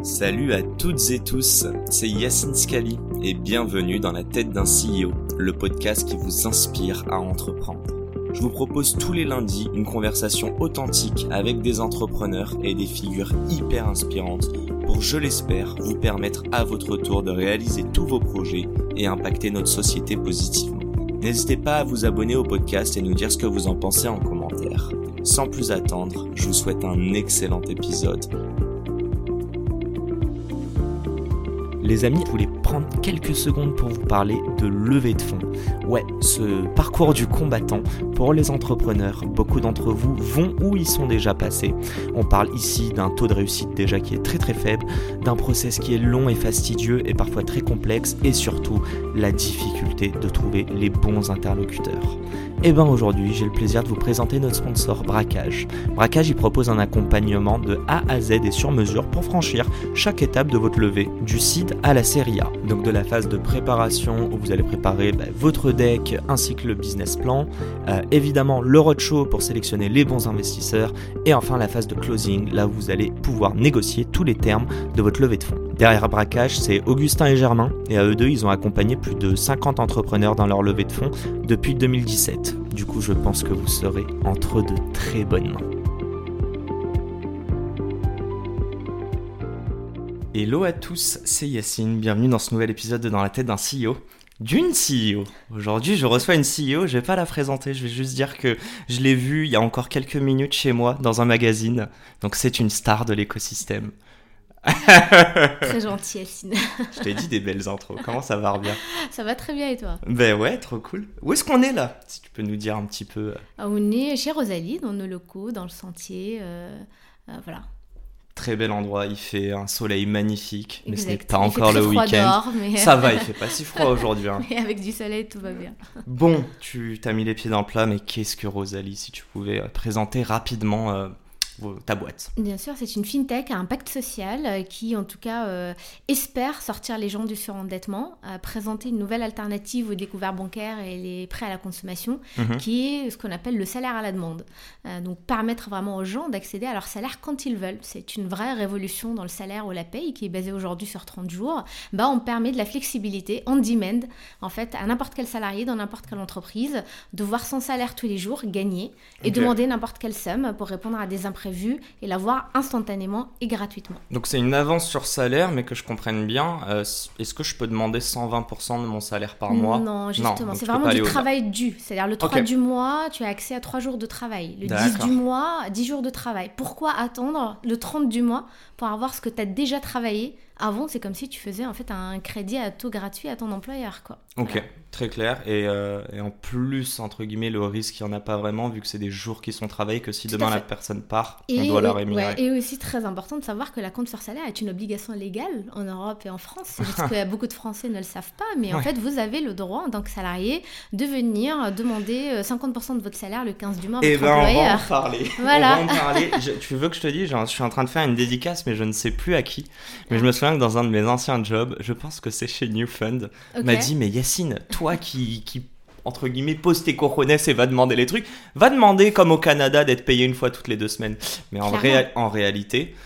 Salut à toutes et tous, c'est Yacine Scali et bienvenue dans la tête d'un CEO, le podcast qui vous inspire à entreprendre. Je vous propose tous les lundis une conversation authentique avec des entrepreneurs et des figures hyper inspirantes pour, je l'espère, vous permettre à votre tour de réaliser tous vos projets et impacter notre société positivement. N'hésitez pas à vous abonner au podcast et nous dire ce que vous en pensez en commentaire. Sans plus attendre, je vous souhaite un excellent épisode. Les amis, je voulais prendre quelques secondes pour vous parler de levée de fonds. Ouais, ce parcours du combattant pour les entrepreneurs. Beaucoup d'entre vous vont où ils sont déjà passés. On parle ici d'un taux de réussite déjà qui est très très faible, d'un process qui est long et fastidieux et parfois très complexe et surtout la difficulté de trouver les bons interlocuteurs. Et bien aujourd'hui, j'ai le plaisir de vous présenter notre sponsor Braquage. Braquage, il propose un accompagnement de A à Z et sur mesure pour franchir chaque étape de votre levée, du seed à la série A. Donc de la phase de préparation où vous allez préparer votre deck ainsi que le business plan, évidemment le roadshow pour sélectionner les bons investisseurs et enfin la phase de closing, là où vous allez pouvoir négocier tous les termes de votre levée de fonds. Derrière Braquage, c'est Augustin et Germain et à eux deux, ils ont accompagné plus de 50 entrepreneurs dans leur levée de fonds depuis 2017. Du coup, je pense que vous serez entre de très bonnes mains. Hello à tous, c'est Yacine, bienvenue dans ce nouvel épisode de Dans la tête d'un CEO. D'une CEO. Aujourd'hui, je reçois une CEO, je vais pas la présenter, je vais juste dire que je l'ai vue il y a encore quelques minutes chez moi dans un magazine. Donc c'est une star de l'écosystème. Très gentil, Yacine. Je t'ai dit des belles intros, comment ça va bien? Ça va très bien et toi? Ben ouais, trop cool. Où est-ce qu'on est là? Si tu peux nous dire un petit peu. On est chez Rosalie, dans nos locaux, dans le sentier, voilà. Très bel endroit, il fait un soleil magnifique, mais ce n'est Exact. pas encore le week-end. Dehors, mais... Ça va, il fait pas si froid aujourd'hui. Hein. Mais avec du soleil, tout va bien. Bon, tu t'as mis les pieds dans le plat, mais qu'est-ce que Rosalie, si tu pouvais présenter rapidement ta boîte? Bien sûr, c'est une fintech à impact social qui, en tout cas, espère sortir les gens du surendettement, présenter une nouvelle alternative aux découverts bancaires et les prêts à la consommation, qui est ce qu'on appelle le salaire à la demande. Donc, permettre vraiment aux gens d'accéder à leur salaire quand ils veulent. C'est une vraie révolution dans le salaire ou la paye qui est basée aujourd'hui sur 30 jours. On permet de la flexibilité on demand, en fait, à n'importe quel salarié dans n'importe quelle entreprise, de voir son salaire tous les jours gagner et demander n'importe quelle somme pour répondre à des imprévus et l'avoir instantanément et gratuitement. Donc c'est une avance sur salaire, mais que je comprenne bien, est-ce que je peux demander 120% de mon salaire par mois? Non, justement, c'est vraiment du travail dû. C'est-à-dire le 3 du mois, tu as accès à 3 jours de travail. Le 10 du mois, 10 jours de travail. Pourquoi attendre le 30 du mois pour avoir ce que tu as déjà travaillé? Avant, c'est comme si tu faisais en fait un crédit à taux gratuit à ton employeur, quoi. Ok, voilà. Très clair. Et en plus, entre guillemets, le risque, il n'y en a pas vraiment, vu que c'est des jours qui sont travaillés, que si demain la personne part, on doit la rémunérer. Ouais, et aussi très important de savoir que la compte sur salaire est une obligation légale en Europe et en France. C'est juste que beaucoup de Français ne le savent pas, mais en fait, vous avez le droit, en tant que salarié, de venir demander 50% de votre salaire le 15 du mois à votre employeur. On va en parler. Voilà. On va en parler. Tu veux que je te dise, je suis en train de faire une dédicace, mais je ne sais plus à qui. Mais je me souviens que dans un de mes anciens jobs, je pense que c'est chez New Fund, m'a dit, mais Yacine, toi qui entre guillemets, pose tes cojones et va demander les trucs, va demander comme au Canada d'être payé une fois toutes les 2 semaines. Mais en réalité,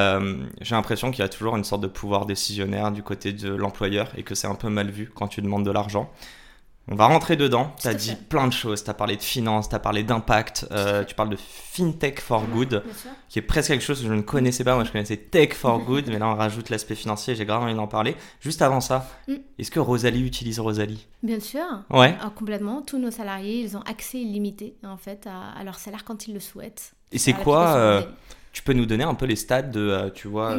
j'ai l'impression qu'il y a toujours une sorte de pouvoir décisionnaire du côté de l'employeur et que c'est un peu mal vu quand tu demandes de l'argent. On va rentrer dedans, tu as dit plein de choses, tu as parlé de finance, tu as parlé d'impact, tu parles de FinTech for Good, qui est presque quelque chose que je ne connaissais pas, moi je connaissais Tech for Good, mais là on rajoute l'aspect financier, j'ai grave envie d'en parler. Juste avant ça, est-ce que Rosalie utilise Rosalie? Bien sûr, ouais. Complètement, tous nos salariés, ils ont accès illimité en fait à leur salaire quand ils le souhaitent. Et c'est quoi tu peux nous donner un peu les stats de, tu vois,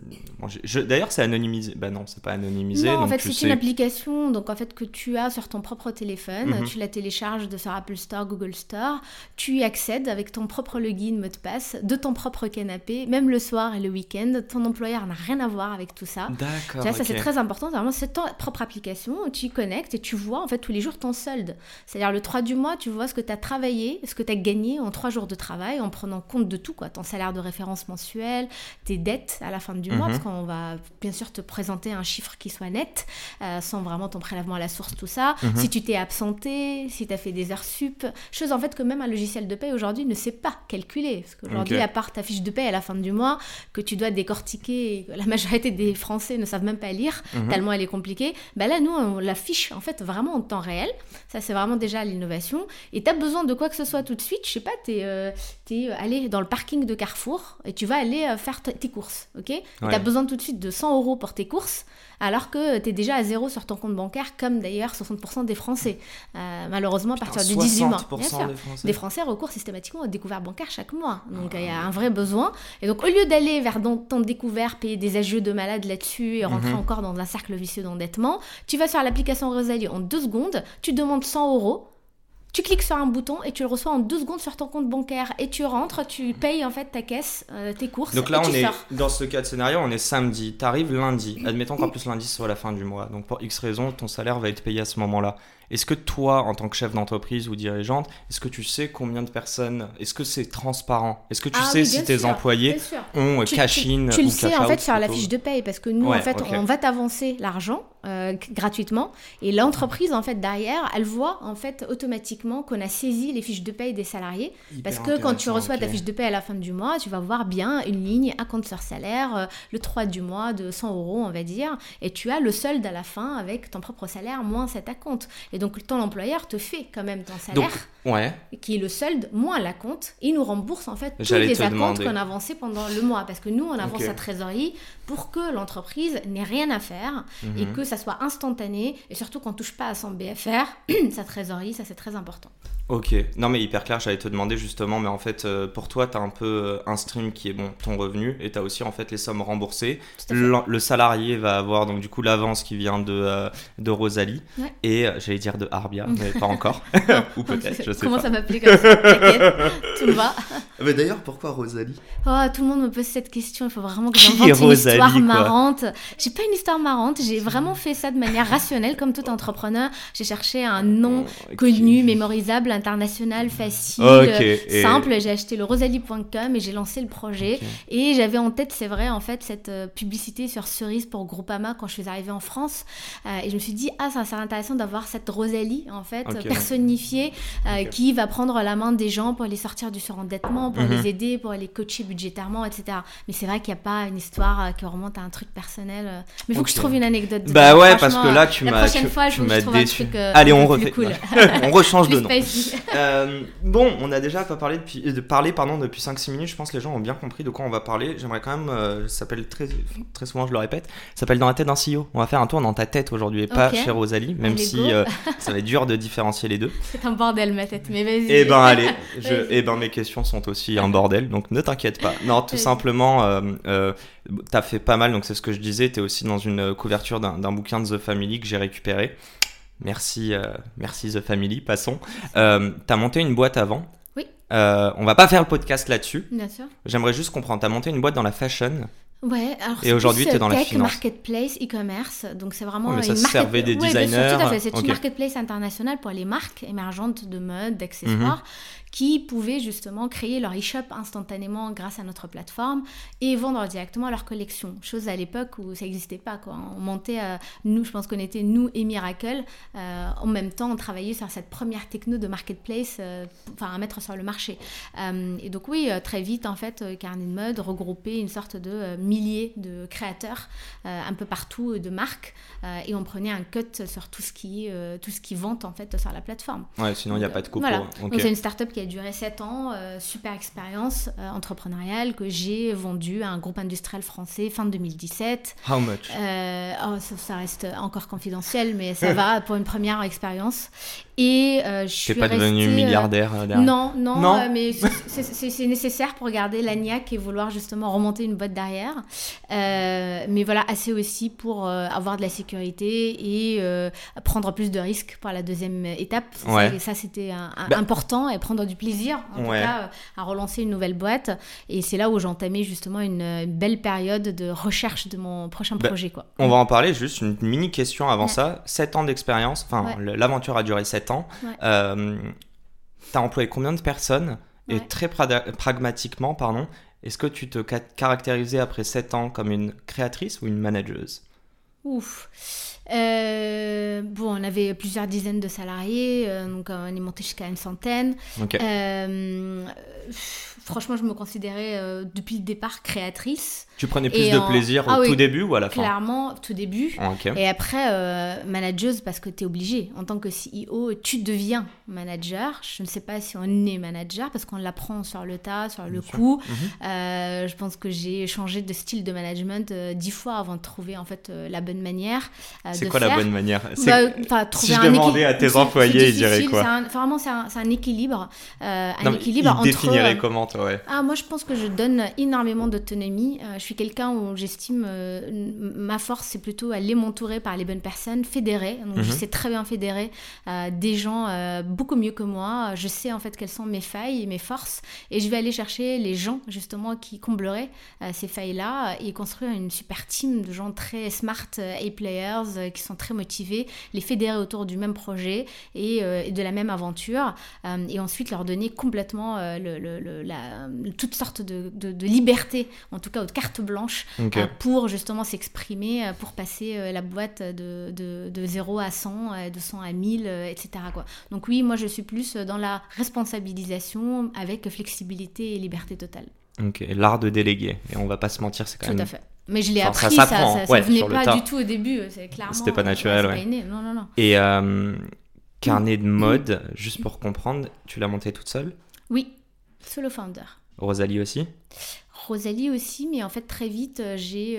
d'ailleurs c'est anonymisé, non c'est pas anonymisé. Non, donc en fait c'est une application donc, en fait, que tu as sur ton propre téléphone, tu la télécharges sur Apple Store, Google Store, tu y accèdes avec ton propre login, mot de passe, de ton propre canapé, même le soir et le week-end, ton employeur n'a rien à voir avec tout ça. D'accord, ça c'est très important, vraiment c'est ton propre application, tu y connectes et tu vois en fait tous les jours ton solde. C'est-à-dire le 3 du mois, tu vois ce que tu as travaillé, ce que tu as gagné en 3 jours de travail en prenant compte de tout, quoi, ton salaire de référence mensuel, tes dettes à la fin du mois, parce qu'on va bien sûr te présenter un chiffre qui soit net, sans vraiment ton prélèvement à la source, tout ça. Si tu t'es absenté, si tu as fait des heures sup, chose en fait que même un logiciel de paye aujourd'hui ne sait pas calculer. Parce qu'aujourd'hui, à part ta fiche de paye à la fin du mois, que tu dois décortiquer, et que la majorité des Français ne savent même pas lire, tellement elle est compliquée, là, nous, on l'affiche en fait vraiment en temps réel. Ça, c'est vraiment déjà l'innovation. Et tu as besoin de quoi que ce soit tout de suite, je sais pas, t'es allé dans le parking de Carrefour et tu vas aller faire tes courses, ok ? Et tu as besoin tout de suite de 100 € pour tes courses, alors que tu es déjà à zéro sur ton compte bancaire, comme d'ailleurs 60% des Français. Malheureusement, à partir du 18 mois, bien sûr, des Français recourent systématiquement au découvert bancaire chaque mois. Donc, il y a un vrai besoin. Et donc, au lieu d'aller vers ton découvert, payer des agios de malade là-dessus et rentrer encore dans un cercle vicieux d'endettement, tu vas sur l'application Rosalie en 2 secondes, tu demandes 100 €, tu cliques sur un bouton et tu le reçois en 2 secondes sur ton compte bancaire et tu rentres, tu payes en fait ta caisse, tes courses. Donc là, et on est sors. dans ce cas de scénario, on est samedi, t'arrives lundi. Admettons qu'en plus lundi soit la fin du mois. Donc pour X raison, ton salaire va être payé à ce moment-là. Est-ce que toi, en tant que chef d'entreprise ou dirigeante, est-ce que tu sais combien de personnes, est-ce que c'est transparent ? Est-ce que tu sais si tes employés ont cash-in ou cash-out ? Tu le sais en fait sur la fiche de paye parce que nous, en fait, on va t'avancer l'argent gratuitement et l'entreprise en fait derrière, elle voit en fait automatiquement qu'on a saisi les fiches de paye des salariés. Parce que quand tu reçois ta fiche de paye à la fin du mois, tu vas voir bien une ligne à compte sur salaire, le 3 du mois de 100 € on va dire, et tu as le solde à la fin avec ton propre salaire moins cet acompte. Et donc ton employeur te fait quand même ton salaire, qui est le solde moins l'acompte, et il nous rembourse en fait tous les acomptes qu'on a avancés pendant le mois, parce que nous on avance sa trésorerie pour que l'entreprise n'ait rien à faire et que ça soit instantané, et surtout qu'on touche pas à son BFR, sa trésorerie, ça c'est très important. Ok, non mais hyper clair, j'allais te demander justement, mais en fait pour toi t'as un peu un stream qui est ton revenu, et t'as aussi en fait les sommes remboursées. Le salarié va avoir donc du coup l'avance qui vient de Rosalie, et j'allais dire de Arbia, mais pas encore, ou peut-être, je sais Comment pas. Ça m'appelait comme ça, t'inquiète, tout me va. Mais d'ailleurs, pourquoi Rosalie ? Tout le monde me pose cette question, il faut vraiment que j'invente une histoire marrante. J'ai pas une histoire marrante, j'ai vraiment fait ça de manière rationnelle, comme tout entrepreneur. J'ai cherché un nom connu, mémorisable, international, facile, simple. J'ai acheté le rosalie.com et j'ai lancé le projet. Et j'avais en tête, c'est vrai, en fait, cette publicité sur Cerise pour Groupama quand je suis arrivée en France. Et je me suis dit, ça serait intéressant d'avoir cette Rosalie, en fait, personnifiée, qui va prendre la main des gens pour les sortir du surendettement, pour les aider, pour les coacher budgétairement, etc. Mais c'est vrai qu'il n'y a pas une histoire qui remonte à un truc personnel. Mais il faut que je trouve une anecdote. Bah ouais, parce que là, tu la m'as prochaine fois, je trouve un truc Allez, on refait. Cool. On rechange de nom. Bon, on a déjà pas parlé depuis 5-6 minutes. Je pense que les gens ont bien compris de quoi on va parler. J'aimerais quand même, ça s'appelle très souvent, je le répète, ça s'appelle Dans la tête d'un CEO. On va faire un tour dans ta tête aujourd'hui et pas chez Rosalie, même si ça va être dur de différencier les deux. C'est un bordel ma tête, mais vas-y. Eh ben allez, mes questions sont aussi un bordel, donc ne t'inquiète pas. Non, tout simplement, t'as fait pas mal, donc c'est ce que je disais, t'es aussi dans une couverture d'un bouquin de The Family que j'ai récupéré. Merci The Family, passons. T'as monté une boîte avant. Oui. On va pas faire le podcast là-dessus. Bien sûr. J'aimerais juste comprendre, t'as monté une boîte dans la fashion. Ouais, alors et aujourd'hui, tu es dans la tech, finance. Marketplace, e-commerce, donc c'est vraiment mais ça servait des designers. Tout à fait. C'est une marketplace internationale pour les marques émergentes de mode, d'accessoires, qui pouvaient justement créer leur e-shop instantanément grâce à notre plateforme et vendre directement leur collection. Chose à l'époque où ça n'existait pas, quoi. On montait, nous, je pense qu'on était nous et Miracle. En même temps, on travaillait sur cette première techno de marketplace, à mettre sur le marché. Et donc oui, très vite, en fait, Carnet de mode regroupait une sorte de milliers de créateurs un peu partout, de marques, et on prenait un cut sur tout ce qui vente en fait sur la plateforme. Ouais, sinon il n'y a pas de cours. Voilà. Donc c'est une start-up qui a duré 7 ans, super expérience entrepreneuriale que j'ai vendue à un groupe industriel français fin 2017. How much? Ça reste encore confidentiel, mais ça va pour une première expérience. Et je suis pas devenu milliardaire derrière. Non, mais c'est nécessaire pour garder la niaque et vouloir justement remonter une boîte derrière. Mais voilà, assez aussi pour avoir de la sécurité et prendre plus de risques pour la deuxième étape. Ouais. Ça, c'était important, et prendre du plaisir, en tout cas, à relancer une nouvelle boîte. Et c'est là où j'entamais justement une belle période de recherche de mon prochain projet, quoi. On va en parler, juste une mini question avant ça. 7 ans d'expérience, l'aventure a duré 7 ans. T'as employé combien de personnes? Et très pragmatiquement, Est-ce que tu te caractérisais après 7 ans comme une créatrice ou une manageuse? Ouf. On avait plusieurs dizaines de salariés, donc on est monté jusqu'à une centaine. Ok. Franchement, je me considérais depuis le départ créatrice. Tu prenais plus de plaisir au tout début ou à la fin? Clairement, tout début. Okay. Et après, manageuse parce que tu es obligé. En tant que CEO, tu deviens manager. Je ne sais pas si on est manager parce qu'on l'apprend sur le tas, sur le coup. Je pense que j'ai changé de style de management 10 fois avant de trouver en fait la bonne manière c'est de quoi faire. La bonne manière? Si je demandais à tes employés, ils diraient quoi? Vraiment, c'est un équilibre. Ils définiraient comment, toi, ouais. Moi, je pense que je donne énormément d'autonomie. Je suis quelqu'un où j'estime ma force, c'est plutôt aller m'entourer par les bonnes personnes, fédérer. Donc, je sais très bien fédérer des gens beaucoup mieux que moi. Je sais en fait quelles sont mes failles et mes forces. Et je vais aller chercher les gens, justement, qui combleraient ces failles-là et construire une super team de gens très smart A-players qui sont très motivés, les fédérer autour du même projet et de la même aventure. Et ensuite, leur donner complètement toutes sortes de liberté, en tout cas de carte blanche, pour justement s'exprimer, pour passer la boîte de 0 à 100, de 100 à 1000, etc. quoi. Donc oui, moi je suis plus dans la responsabilisation avec flexibilité et liberté totale. Ok, l'art de déléguer, et on va pas se mentir, c'est quand même... Tout à fait. Mais je l'ai appris, ça venait pas du tout au début, c'est clairement... C'était pas naturel, ouais. Pas inné. Non. Et carnet de mode, juste pour comprendre, tu l'as monté toute seule? Oui, solo founder. Rosalie aussi? Rosalie aussi, mais en fait très vite j'ai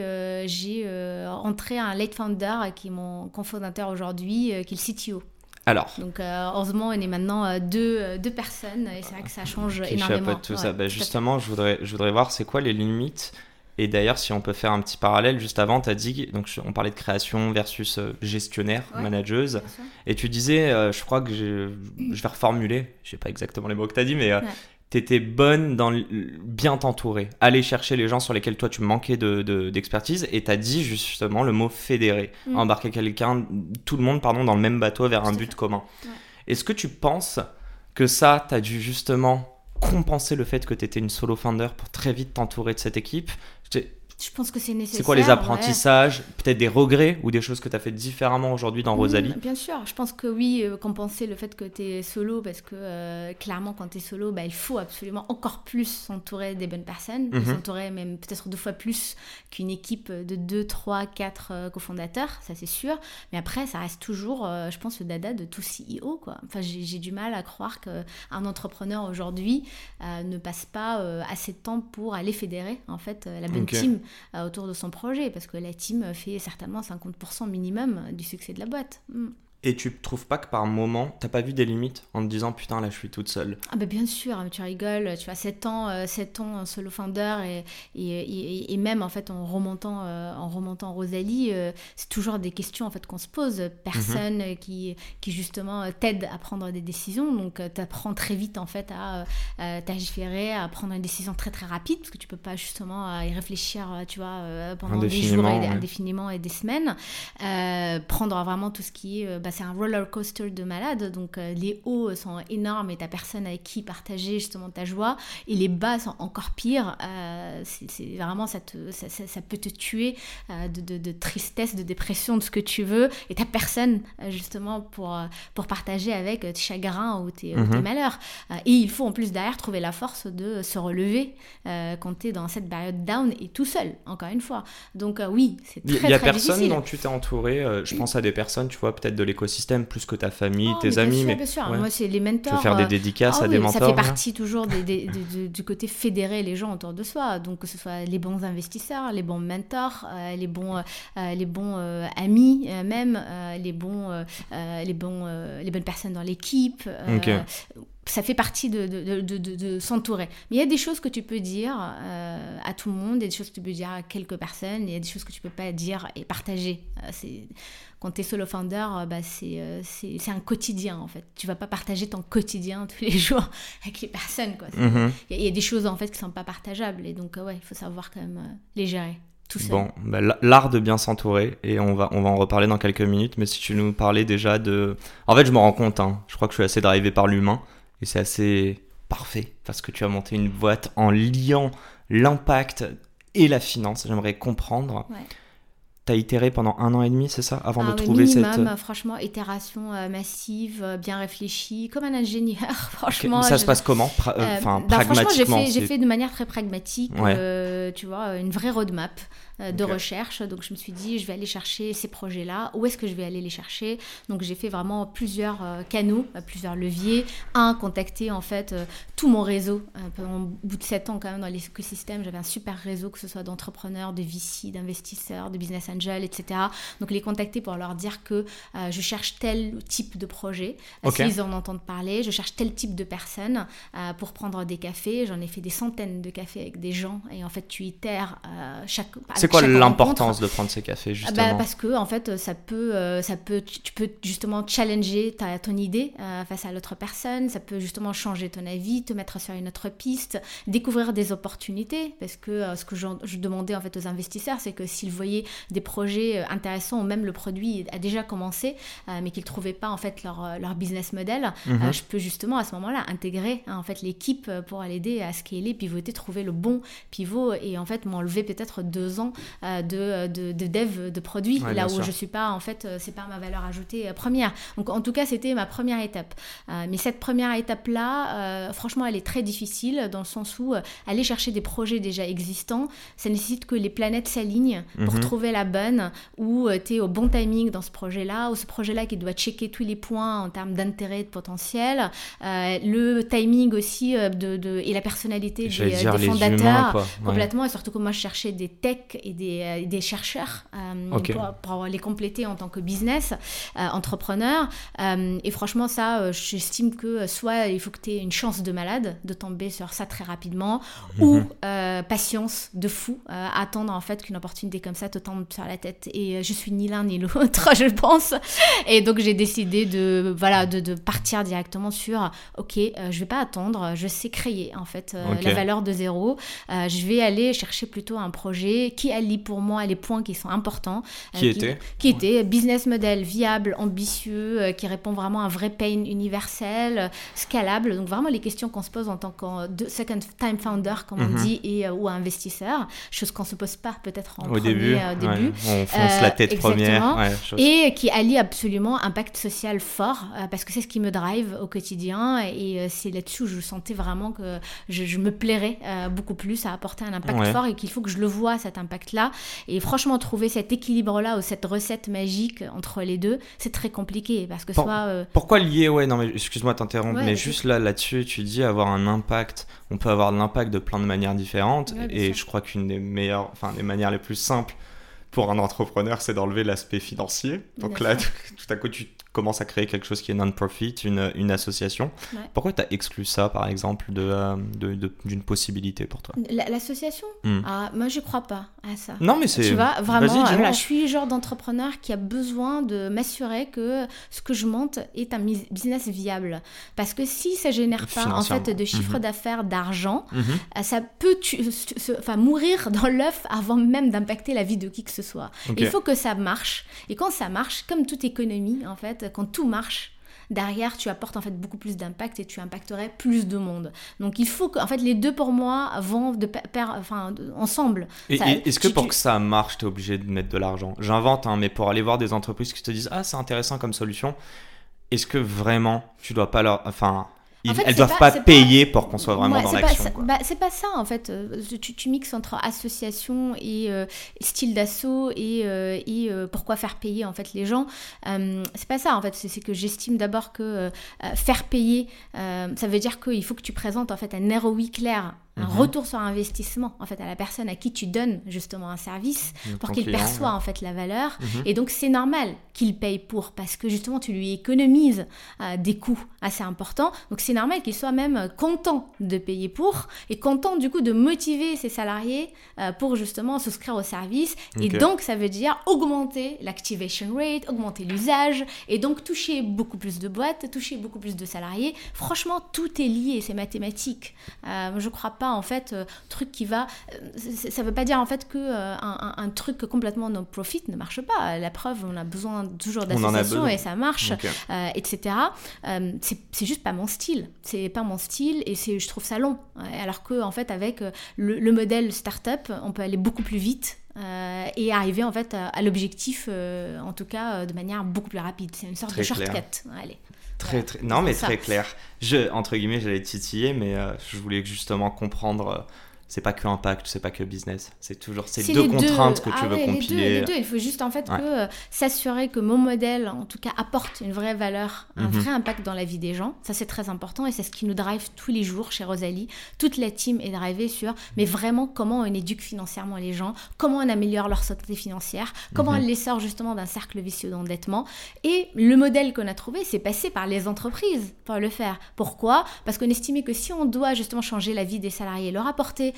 entré un late founder qui est mon cofondateur aujourd'hui, qui est le CTO. Alors. Donc heureusement on est maintenant deux personnes et c'est vrai que ça change énormément. Chapeaute tout ça. Justement, je voudrais voir c'est quoi les limites. Et d'ailleurs, si on peut faire un petit parallèle, juste avant, tu as dit, donc on parlait de création versus gestionnaire, manageuse, et tu disais, je crois que je vais reformuler, je sais pas exactement les mots que tu as dit, mais tu étais bonne dans bien t'entourer, aller chercher les gens sur lesquels toi tu manquais d'expertise, et tu as dit justement le mot fédérer, embarquer tout le monde dans le même bateau vers un but commun. Ouais. Est-ce que tu penses que ça, tu as dû justement compenser le fait que tu étais une solo founder pour très vite t'entourer de cette équipe? Je pense que c'est nécessaire. C'est quoi les apprentissages, peut-être des regrets ou des choses que tu as fait différemment aujourd'hui dans Rosalie? Bien sûr, je pense que oui, compenser le fait que tu es solo, parce que clairement quand tu es solo, il faut absolument encore plus s'entourer des bonnes personnes, s'entourer même peut-être 2 fois plus qu'une équipe de 2, 3, 4 cofondateurs, ça c'est sûr, mais après ça reste toujours, je pense, le dada de tout CEO, quoi. Enfin, j'ai du mal à croire qu'un entrepreneur aujourd'hui ne passe pas assez de temps pour aller fédérer en fait la bonne team autour de son projet, parce que la team fait certainement 50% minimum du succès de la boîte. Et tu trouves pas que par moment, t'as pas vu des limites en te disant putain là je suis toute seule? Bien sûr, tu rigoles, tu as 7 ans solo founder et même en fait en remontant Rosalie, c'est toujours des questions en fait qu'on se pose. Personne qui justement t'aide à prendre des décisions, donc t'apprends très vite en fait à t'agiférer, à prendre une décision très très rapide, parce que tu peux pas justement y réfléchir, tu vois, pendant des jours indéfiniment et des semaines. Prendre vraiment tout ce qui est c'est un roller coaster de malade, donc les hauts sont énormes et t'as personne avec qui partager justement ta joie, et les bas sont encore pires. C'est vraiment ça peut te tuer de tristesse, de dépression, de ce que tu veux, et t'as personne justement pour partager avec tes chagrins ou tes malheurs, et il faut en plus derrière trouver la force de se relever quand t'es dans cette période down et tout seul, encore une fois. Donc oui, c'est très très difficile. Il y a personne dont tu t'es entouré, je pense à des personnes, tu vois, peut-être de l'écosystème plus que ta famille, tes amis, bien sûr. Ouais. Moi c'est les mentors. Tu veux faire des dédicaces à des mentors? Ça fait partie toujours du côté fédérer les gens autour de soi, donc que ce soit les bons investisseurs, les bons mentors, les bons amis, même les bonnes personnes dans l'équipe. Ça fait partie de s'entourer. Mais il y a des choses que tu peux dire à tout le monde, il y a des choses que tu peux dire à quelques personnes, il y a des choses que tu peux pas dire et partager. Quand tu es solo founder, c'est un quotidien en fait. Tu vas pas partager ton quotidien tous les jours avec les personnes, quoi. Il y a des choses en fait qui sont pas partageables, et donc il faut savoir quand même les gérer. Bon, l'art de bien s'entourer, et on va en reparler dans quelques minutes, mais si tu nous parlais déjà de... En fait, je me rends compte, je crois que je suis assez drivé par l'humain, et c'est assez parfait, parce que tu as monté une boîte en liant l'impact et la finance. J'aimerais comprendre. Ouais. T'as itéré pendant 1 an et demi, c'est ça, avant de trouver minimum, franchement, itération massive, bien réfléchie, comme un ingénieur, franchement. Okay. Ça se passe comment pragmatiquement, franchement, j'ai fait de manière très pragmatique, tu vois, une vraie roadmap de recherche. Donc, je me suis dit, je vais aller chercher ces projets-là. Où est-ce que je vais aller les chercher? Donc, j'ai fait vraiment plusieurs canaux, plusieurs leviers. Contacter, en fait, tout mon réseau. Pendant au bout de 7 ans, quand même, dans l'écosystème, j'avais un super réseau, que ce soit d'entrepreneurs, de VC, d'investisseurs, de business angels, etc. Donc, les contacter pour leur dire que je cherche tel type de projet. S'ils en entendent parler, je cherche tel type de personnes pour prendre des cafés. J'en ai fait des centaines de cafés avec des gens. Et en fait, tu itères chaque... C'est quoi l'importance de prendre ces cafés, justement? Parce que, en fait, tu peux justement challenger ton idée face à l'autre personne. Ça peut justement changer ton avis, te mettre sur une autre piste, découvrir des opportunités. Parce que ce que je demandais, en fait, aux investisseurs, c'est que s'ils voyaient des projets intéressants ou même le produit a déjà commencé, mais qu'ils ne trouvaient pas, en fait, leur business model, je peux justement, à ce moment-là, intégrer en fait, l'équipe pour l'aider à scaler, pivoter, trouver le bon pivot et, en fait, m'enlever peut-être 2 ans de dev de produits, là où je suis pas, en fait, c'est pas ma valeur ajoutée première. Donc en tout cas, c'était ma première étape. Mais cette première étape-là, franchement, elle est très difficile dans le sens où aller chercher des projets déjà existants, ça nécessite que les planètes s'alignent pour trouver la bonne, où tu es au bon timing dans ce projet-là, ou ce projet-là qui doit checker tous les points en termes d'intérêt, de potentiel, le timing aussi et la personnalité des fondateurs, humains, complètement, et surtout que moi je cherchais des techs et des chercheurs pour les compléter en tant que business entrepreneur, et franchement ça, j'estime que soit il faut que tu aies une chance de malade de tomber sur ça très rapidement, ou patience de fou, attendre en fait qu'une opportunité comme ça te tombe sur la tête, et je suis ni l'un ni l'autre je pense, et donc j'ai décidé de partir directement sur je vais pas attendre, je sais créer en fait la valeur de zéro, je vais aller chercher plutôt un projet qui allie pour moi les points qui sont importants, qui était business model viable, ambitieux, qui répond vraiment à un vrai pain universel, scalable, donc vraiment les questions qu'on se pose en tant que second time founder comme on dit, ou investisseur, chose qu'on se pose pas peut-être au début. On fonce la tête première, et qui allie absolument impact social fort, parce que c'est ce qui me drive au quotidien, et c'est là-dessus où je sentais vraiment que je me plairais beaucoup plus à apporter un impact fort, et qu'il faut que je le vois cet impact-là, et franchement trouver cet équilibre-là ou cette recette magique entre les deux, c'est très compliqué, parce que pourquoi lier, non mais excuse-moi de t'interrompre, mais juste là-dessus tu dis avoir un impact, on peut avoir de l'impact de plein de manières différentes, et je crois qu'une des manières les plus simples pour un entrepreneur, c'est d'enlever l'aspect financier. Donc là, tout à coup, tu commences à créer quelque chose qui est non-profit, une association. Pourquoi tu as exclu ça, par exemple, d'une possibilité pour toi? L'association moi, je ne crois pas à ça. Non, mais c'est... Tu vois, vraiment, je suis le genre d'entrepreneur qui a besoin de m'assurer que ce que je monte est un business viable. Parce que si ça ne génère pas, en fait, de chiffre d'affaires, d'argent, ça peut mourir dans l'œuf avant même d'impacter la vie de qui que ce soit. Il faut que ça marche. Et quand ça marche, comme toute économie, en fait, quand tout marche, derrière, tu apportes en fait beaucoup plus d'impact et tu impacterais plus de monde. Donc, il faut que, en fait, les deux pour moi vont ensemble. Est-ce que pour que ça marche, tu es obligé de mettre de l'argent? J'invente, mais pour aller voir des entreprises qui te disent c'est intéressant comme solution, est-ce que vraiment tu dois pas leur... elles doivent pas payer pour qu'on soit vraiment dans l'action. C'est pas ça en fait. Tu mixes entre association et style d'assaut et pourquoi faire payer en fait les gens. C'est pas ça en fait. C'est que j'estime d'abord que faire payer, ça veut dire qu'il faut que tu présentes en fait un ROI clair. Un retour sur investissement en fait à la personne à qui tu donnes justement un service pour qu'il perçoive en fait la valeur, et donc c'est normal qu'il paye pour, parce que justement tu lui économises des coûts assez importants, donc c'est normal qu'il soit même content de payer pour, et content du coup de motiver ses salariés pour justement souscrire au service, et donc ça veut dire augmenter l'activation rate, augmenter l'usage, et donc toucher beaucoup plus de boîtes, toucher beaucoup plus de salariés. Franchement, tout est lié, c'est mathématique. Je crois pas pas en fait truc qui va... ça veut pas dire en fait que un truc complètement no-profit ne marche pas. La preuve, on a besoin toujours d'associations et ça marche, etc. C'est juste pas mon style. C'est pas mon style et je trouve ça long. Alors que en fait, avec le modèle start-up, on peut aller beaucoup plus vite. Et arriver en fait à l'objectif, en tout cas de manière beaucoup plus rapide. C'est une sorte de shortcut. Allez. Non, mais très clair. Entre guillemets, j'allais titiller, mais je voulais justement comprendre. C'est pas que impact, c'est pas que business. C'est toujours ces deux contraintes que tu veux compiler. Les deux. Il faut juste en fait que s'assurer que mon modèle, en tout cas, apporte une vraie valeur, un vrai impact dans la vie des gens. Ça, c'est très important et c'est ce qui nous drive tous les jours chez Rosalie. Toute la team est drivée sur, mais vraiment, comment on éduque financièrement les gens, comment on améliore leur santé financière, comment on les sort justement d'un cercle vicieux d'endettement. Et le modèle qu'on a trouvé, c'est passé par les entreprises pour le faire. Pourquoi ? Parce qu'on estimait que si on doit justement changer la vie des salariés, leur apporter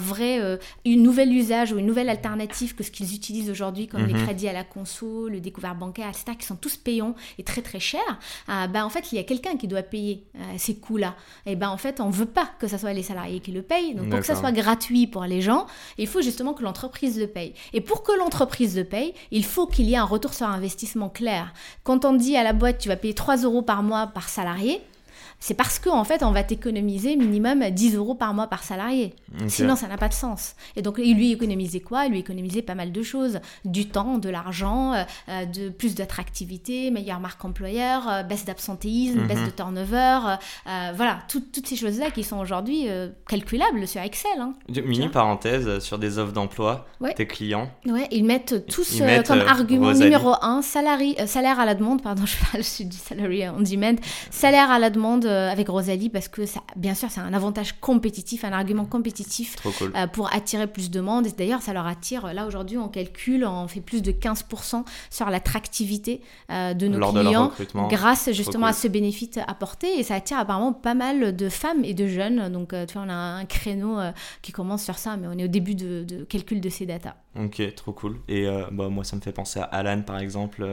une nouvelle usage ou une nouvelle alternative que ce qu'ils utilisent aujourd'hui comme les crédits à la conso, le découvert bancaire, etc., qui sont tous payants et très très chers, en fait il y a quelqu'un qui doit payer ces coûts-là. Et en fait on ne veut pas que ce soit les salariés qui le payent, donc pour que ça soit gratuit pour les gens, il faut justement que l'entreprise le paye. Et pour que l'entreprise le paye, il faut qu'il y ait un retour sur investissement clair. Quand on dit à la boîte tu vas payer 3 € par mois par salarié, c'est parce qu'en fait, on va t'économiser minimum 10 € par mois par salarié. Sinon, ça n'a pas de sens. Et donc, il lui économisait quoi ? Il lui économisait pas mal de choses. Du temps, de l'argent, plus d'attractivité, meilleure marque employeur, baisse d'absentéisme, baisse de turnover. Voilà, toutes ces choses-là qui sont aujourd'hui calculables sur Excel. Mini parenthèse, sur des offres d'emploi, tes clients. Ouais, ils mettent tous comme argument Rosalie. Numéro 1, salaire à la demande, pardon, je dis salary on demand, salaire à la demande avec Rosalie, parce que ça, bien sûr c'est un avantage compétitif, un argument compétitif pour attirer plus de monde. Et d'ailleurs ça leur attire, là aujourd'hui on calcule, on fait plus de 15% sur l'attractivité de nos clients grâce justement à ce bénéfice apporté, et ça attire apparemment pas mal de femmes et de jeunes. Donc tu vois, on a un créneau qui commence sur ça, mais on est au début de calcul de ces datas. Ok, trop cool. Et moi ça me fait penser à Alan par exemple.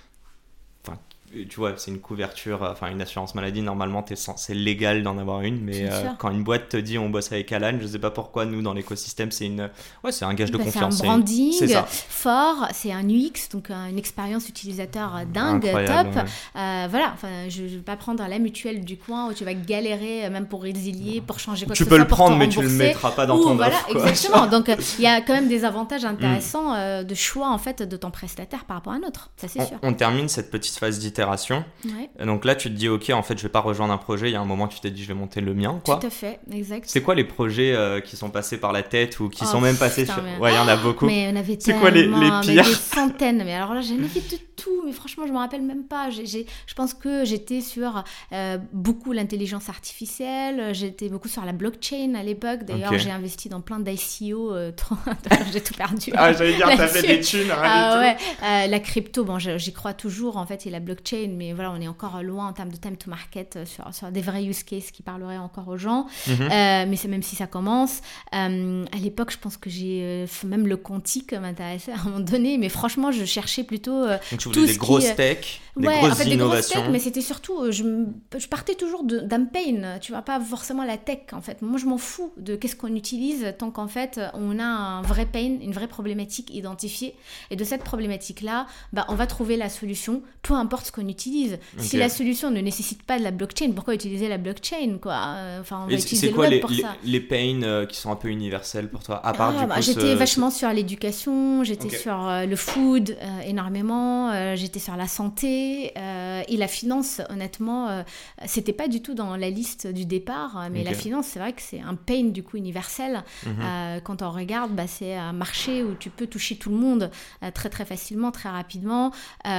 Tu vois, c'est une couverture, une assurance maladie, normalement c'est légal d'en avoir une, mais quand une boîte te dit on bosse avec Alan, je sais pas pourquoi nous dans l'écosystème c'est un gage de confiance. C'est un branding fort, c'est un UX, donc une expérience utilisateur dingue, incroyable, top. Voilà, je vais pas prendre la mutuelle du coin où tu vas galérer même pour résilier, pour changer quoi que ce soit. Tu peux le prendre, mais tu le mettras pas dans ton offre. Voilà, exactement. Donc il y a quand même des avantages intéressants de choix en fait de ton prestataire par rapport à un autre. Ça c'est sûr. On termine cette petite phase d'itération. Donc là tu te dis ok, en fait je vais pas rejoindre un projet, il y a un moment tu t'es dit je vais monter le mien, quoi. Tout à fait, exact. C'est quoi les projets qui sont passés par la tête ou qui sont même passés sur... Ouais, il y en a beaucoup. Mais on avait c'est quoi les pires? Des centaines, mais alors là j'en ai fait de tout, mais franchement je me rappelle même pas. Je pense que j'étais sur beaucoup l'intelligence artificielle, j'étais beaucoup sur la blockchain à l'époque, d'ailleurs j'ai investi dans plein d'ICO, j'ai tout perdu. J'allais dire t'as fait des thunes, la crypto, j'y crois toujours en fait, et la blockchain, mais voilà, on est encore loin en termes de time to market sur des vrais use cases qui parleraient encore aux gens. Mais c'est même si ça commence. À l'époque, je pense que j'ai même le quantique m'intéressait à un moment donné, mais franchement, je cherchais plutôt donc tu voulais des grosses tech, des grosses innovations. Des grosses tech, mais c'était surtout, je partais toujours d'un pain, tu vois, pas forcément la tech en fait. Moi, je m'en fous de qu'est-ce qu'on utilise tant qu'en fait, on a un vrai pain, une vraie problématique identifiée, et de cette problématique-là, on va trouver la solution, peu importe ce qu'on utilise. Si la solution ne nécessite pas de la blockchain, pourquoi utiliser la blockchain, quoi? On va utiliser le web pour ça. Les pains qui sont un peu universels pour toi, à part j'étais vachement sur l'éducation, j'étais sur le food énormément, j'étais sur la santé et la finance. Honnêtement, c'était pas du tout dans la liste du départ, mais la finance, c'est vrai que c'est un pain du coup universel. Quand on regarde, c'est un marché où tu peux toucher tout le monde très très facilement, très rapidement,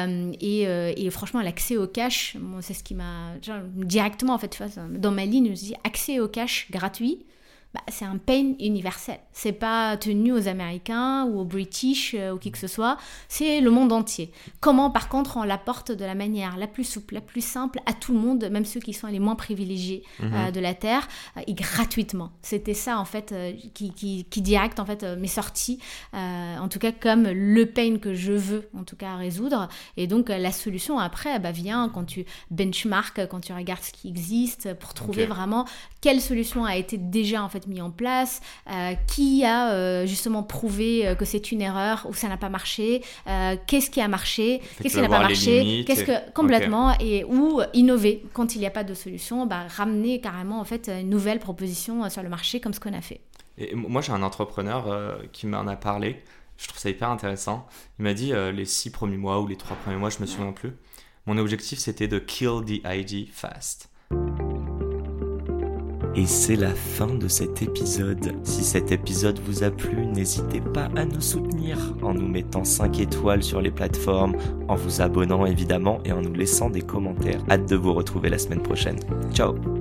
et franchement l'accès au cash, moi, c'est ce qui m'a directement en fait, tu vois, dans ma ligne, je me dis accès au cash gratuit. C'est un pain universel. C'est pas tenu aux Américains ou aux British ou qui que ce soit. C'est le monde entier. Comment, par contre, on l'apporte de la manière la plus souple, la plus simple à tout le monde, même ceux qui sont les moins privilégiés de la Terre, et gratuitement. C'était ça, en fait, qui direct, en fait, m'est sorti, en tout cas, comme le pain que je veux, en tout cas, résoudre. Et donc, la solution, après, vient quand tu benchmarks, quand tu regardes ce qui existe, pour trouver vraiment quelle solution a été déjà, en fait, fait mis en place, qui a justement prouvé que c'est une erreur ou ça n'a pas marché, qu'est-ce qui a marché, qu'est-ce qui n'a pas marché, complètement, et ou innover quand il n'y a pas de solution, ramener carrément en fait une nouvelle proposition sur le marché comme ce qu'on a fait. Et moi j'ai un entrepreneur qui m'en a parlé, je trouve ça hyper intéressant. Il m'a dit les 6 premiers mois ou les 3 premiers mois, je me souviens plus. Mon objectif c'était de kill the idea fast. Et c'est la fin de cet épisode. Si cet épisode vous a plu, n'hésitez pas à nous soutenir en nous mettant 5 étoiles sur les plateformes, en vous abonnant évidemment et en nous laissant des commentaires. Hâte de vous retrouver la semaine prochaine. Ciao!